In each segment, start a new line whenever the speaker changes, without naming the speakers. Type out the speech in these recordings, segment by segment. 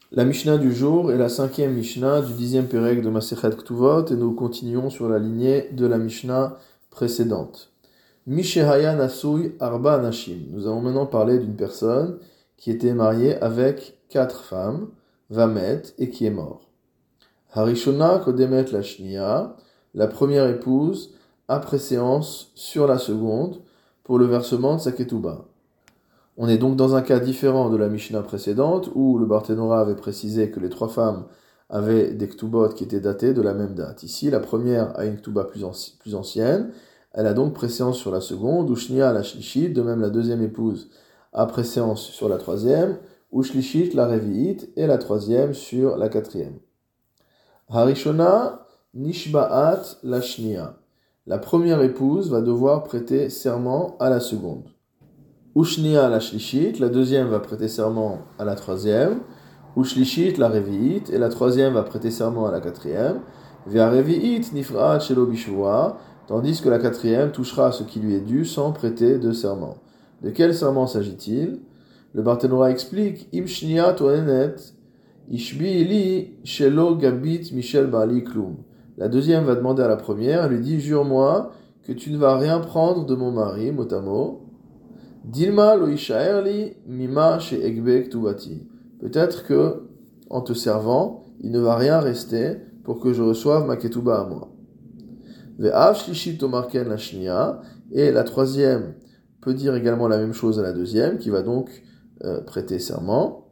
La Mishnah du jour est la cinquième Mishnah du 10e Pérec de Masechet Ktuvot et nous continuons sur la lignée de la Mishnah précédente. Mishehaya Nasui Arba Nashim. Nous allons maintenant parler d'une personne qui était mariée avec 4 femmes, Vamet, et qui est mort. Harishona Kodemet Lashnia, la première épouse a préséance sur la seconde pour le versement de sa ketouba. On est donc dans un cas différent de la Mishnah précédente où le Barthénora avait précisé que les 3 femmes avaient des ktubot qui étaient datées de la même date. Ici, la première a une ktuba plus ancienne, elle a donc préséance sur la seconde, ou shnia la shlishit, de même la deuxième épouse a préséance sur la troisième, ou shlishit la revi'it, et la troisième sur la quatrième. Harishona nishba'at la shnia. La première épouse va devoir prêter serment à la seconde. Ushnia la shlishit, la deuxième va prêter serment à la troisième. Ushlishit la revi'it, et la troisième va prêter serment à la quatrième. Via revi'it nifra'at shelo bishvoa, tandis que la quatrième touchera ce qui lui est dû sans prêter de serment. De quel serment s'agit-il? Le Barthénora explique Im shnia toenet ishbi li shelo gabit michel bali klum. La deuxième va demander à la première, elle lui dit jure-moi que tu ne vas rien prendre de mon mari, mot à mot. Dilma lo ishaerli mima chez Egbek Tuvati. Peut-être que, en te servant, il ne va rien rester pour que je reçoive ma ketouba à moi. Ve'av shlishit tomarken la shnia. Et la troisième peut dire également la même chose à la deuxième, qui va donc prêter serment.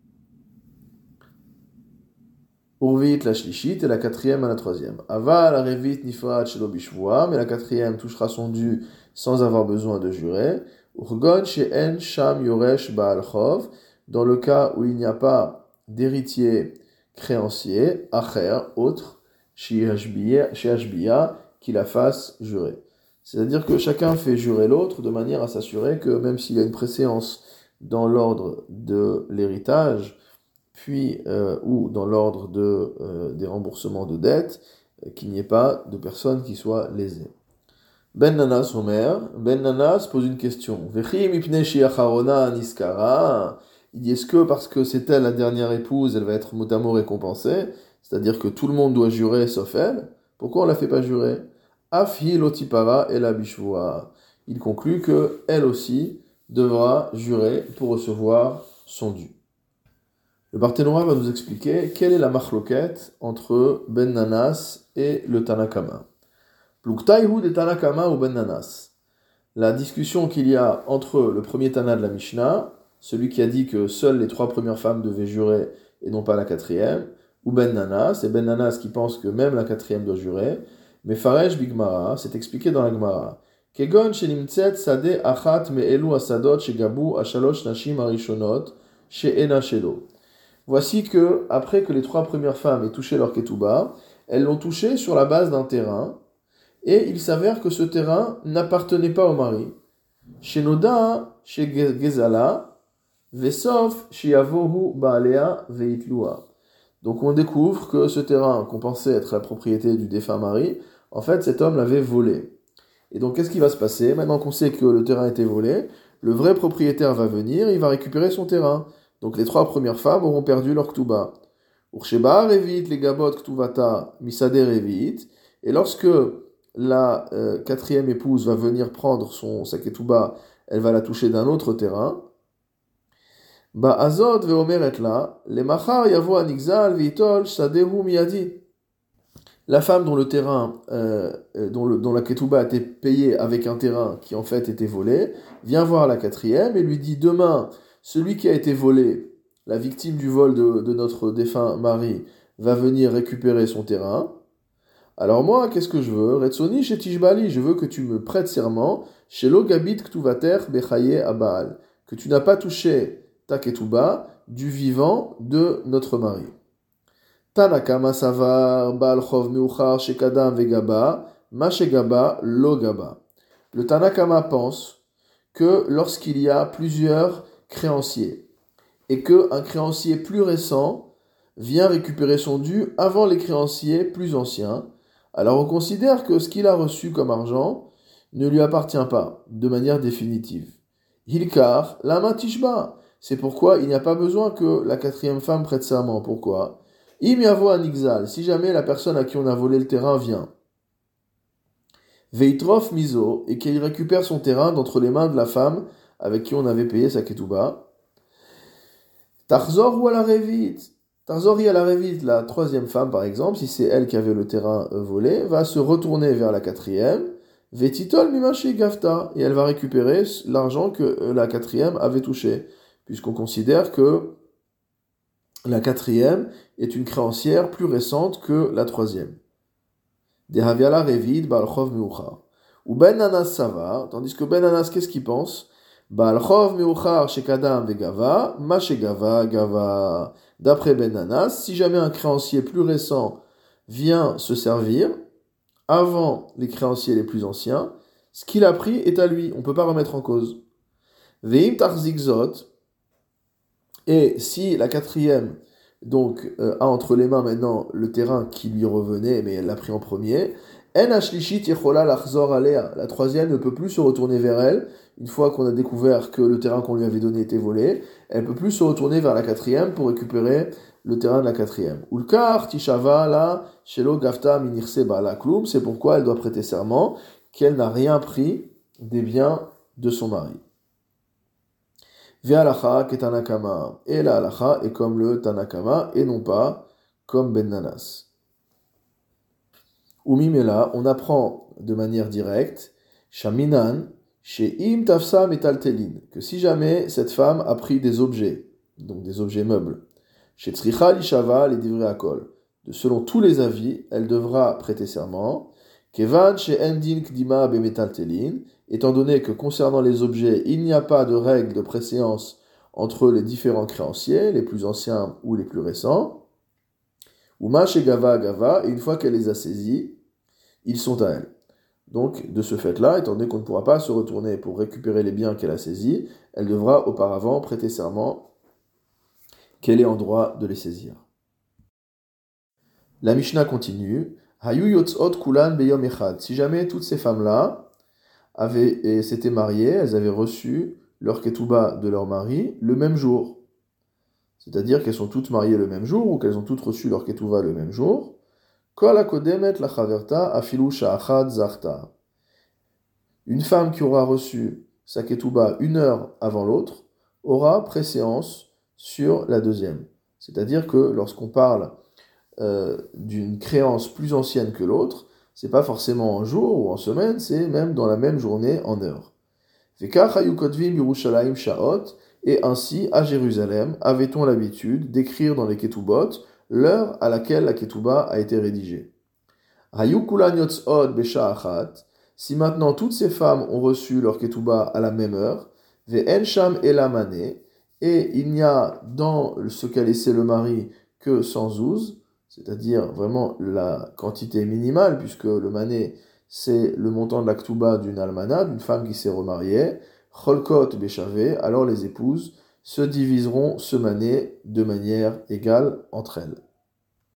Urvit la shlishit et la quatrième à la troisième. Ava la revit nifrat shelo bishvoa, mais la quatrième touchera son dû sans avoir besoin de jurer. Urgon she'en sham yoresh ba'al chov, dans le cas où il n'y a pas d'héritier créancier, acher, autre, she'ashbiya, qui la fasse jurer. C'est-à-dire que chacun fait jurer l'autre de manière à s'assurer que même s'il y a une préséance dans l'ordre de l'héritage, puis ou dans l'ordre des remboursements de dettes, qu'il n'y ait pas de personne qui soit lésée. Ben Nanas Omer, Ben Nanas pose une question. Vechim ipne shiacharona niskara. Il dit est-ce que parce que c'est elle la dernière épouse, elle va être mot à mot récompensée, c'est-à-dire que tout le monde doit jurer sauf elle? Pourquoi on la fait pas jurer? Afhi lotipara et la bishvoa. Il conclut que elle aussi devra jurer pour recevoir son dû. Le Barthénora va nous expliquer quelle est la machloket entre Ben Nanas et le Tanakama. Pluktaïhu de Tanakama ou Ben Nanas. La discussion qu'il y a entre le premier Tana de la Mishnah, celui qui a dit que seules les 3 premières femmes devaient jurer et non pas la quatrième, ou Ben Nanas, et Ben Nanas qui pense que même la quatrième doit jurer, mais Faresh Bigmara, c'est expliqué dans la Gemara. Kegon shenimtset sade achat me'elu asadot shegabu ashalosh nashim arishonot she'ena shelo. Voici que, après que les 3 premières femmes aient touché leur ketouba, elles l'ont touché sur la base d'un terrain, et il s'avère que ce terrain n'appartenait pas au mari. Chez Noda, chez Gezala, Vesof, chez Avohu Baalea, Veitlua. Donc on découvre que ce terrain, qu'on pensait être la propriété du défunt mari, en fait cet homme l'avait volé. Et donc qu'est-ce qui va se passer? Maintenant qu'on sait que le terrain a été volé, le vrai propriétaire va venir, il va récupérer son terrain. Donc les 3 premières femmes auront perdu leur ktuba. Ursheba revit les gabot ktuvata misade revit. Et lorsque la quatrième épouse va venir prendre sa ketouba, elle va la toucher d'un autre terrain. Ba azot veomer et la, les machar yavo anixal vitol sadehu miyadi. La femme dont le terrain, dont la ketouba a été payée avec un terrain qui en fait était volé, vient voir la quatrième et lui dit demain, celui qui a été volé, la victime du vol de notre défunt mari, va venir récupérer son terrain. Alors moi, qu'est-ce que je veux? Retsoni chez Tishbali, je veux que tu me prêtes serment chez Logabit Ktuvater Bechaye Abaal, que tu n'as pas touché ta ketouba du vivant de notre mari. Tanakama Savar Baal Chov Meuchar Shekadam Vegaba, Mashegaba Logaba. Le Tanakama pense que lorsqu'il y a plusieurs créanciers et qu'un créancier plus récent vient récupérer son dû avant les créanciers plus anciens, alors on considère que ce qu'il a reçu comme argent ne lui appartient pas de manière définitive. Hilkar, lama tishba. C'est pourquoi il n'y a pas besoin que la quatrième femme prête serment. Pourquoi? Im yavo anixal, si jamais la personne à qui on a volé le terrain vient, veitrof miso, et qu'il récupère son terrain d'entre les mains de la femme avec qui on avait payé sa ketouba, tarzor ou à la révite, tarzori à la révite, la troisième femme par exemple, si c'est elle qui avait le terrain volé, va se retourner vers la quatrième, vetitol mimashi gafta, et elle va récupérer l'argent que la quatrième avait touché, puisqu'on considère que la quatrième est une créancière plus récente que la troisième. Des haviala revid balchov meuchar. Ou ben nanas savar, tandis que ben nanas, qu'est-ce qu'il pense? Balchov meuchar shekadam vegava, ma shegava gava. D'après ben nanas, si jamais un créancier plus récent vient se servir avant les créanciers les plus anciens, ce qu'il a pris est à lui, on ne peut pas remettre en cause. Veim tarzikzot, et si la quatrième donc a entre les mains maintenant le terrain qui lui revenait, mais elle l'a pris en premier, en ashlishit yechola lachzor alea, la troisième ne peut plus se retourner vers elle, une fois qu'on a découvert que le terrain qu'on lui avait donné était volé, elle ne peut plus se retourner vers la quatrième pour récupérer le terrain de la quatrième. Ulkar tishava la shelo gafta minirse bala klum, c'est pourquoi elle doit prêter serment qu'elle n'a rien pris des biens de son mari. Ve'alacha ketanakama. Et la halacha est comme le tanakama et non pas comme ben nanas. Umimela, on apprend de manière directe, shaminan, chez im tafsa metaltelin, que si jamais cette femme a pris des objets, donc des objets meubles, chez tzricha lishava les divrei akol, selon tous les avis, elle devra prêter serment, kevan chez endin kdima be metaltelin, étant donné que concernant les objets, il n'y a pas de règle de préséance entre les différents créanciers, les plus anciens ou les plus récents, ou ma chez gava gava, et une fois qu'elle les a saisis, ils sont à elle. Donc, de ce fait-là, étant donné qu'on ne pourra pas se retourner pour récupérer les biens qu'elle a saisis, elle devra auparavant prêter serment qu'elle est en droit de les saisir. La Mishnah continue. Hayu yotzot kulan beyom echad. Si jamais toutes ces femmes-là s'étaient mariées, elles avaient reçu leur ketouba de leur mari le même jour. C'est-à-dire qu'elles sont toutes mariées le même jour ou qu'elles ont toutes reçu leur ketouba le même jour. Kol hakodemet la chaverta afilu sha'achad zarta. Une femme qui aura reçu sa ketouba une heure avant l'autre aura préséance sur la deuxième. C'est-à-dire que lorsqu'on parle d'une créance plus ancienne que l'autre, c'est pas forcément en jour ou en semaine, c'est même dans la même journée en heure. Et ainsi, à Jérusalem, avait-on l'habitude d'écrire dans les ketubot l'heure à laquelle la ketouba a été rédigée. Si maintenant toutes ces femmes ont reçu leur ketouba à la même heure, et il n'y a dans ce qu'a laissé le mari que 112, c'est-à-dire vraiment la quantité minimale, puisque le mané, c'est le montant de la ketouba d'une almana, d'une femme qui s'est remariée, cholkot béchavé, alors les épouses se diviseront ce mané de manière égale entre elles.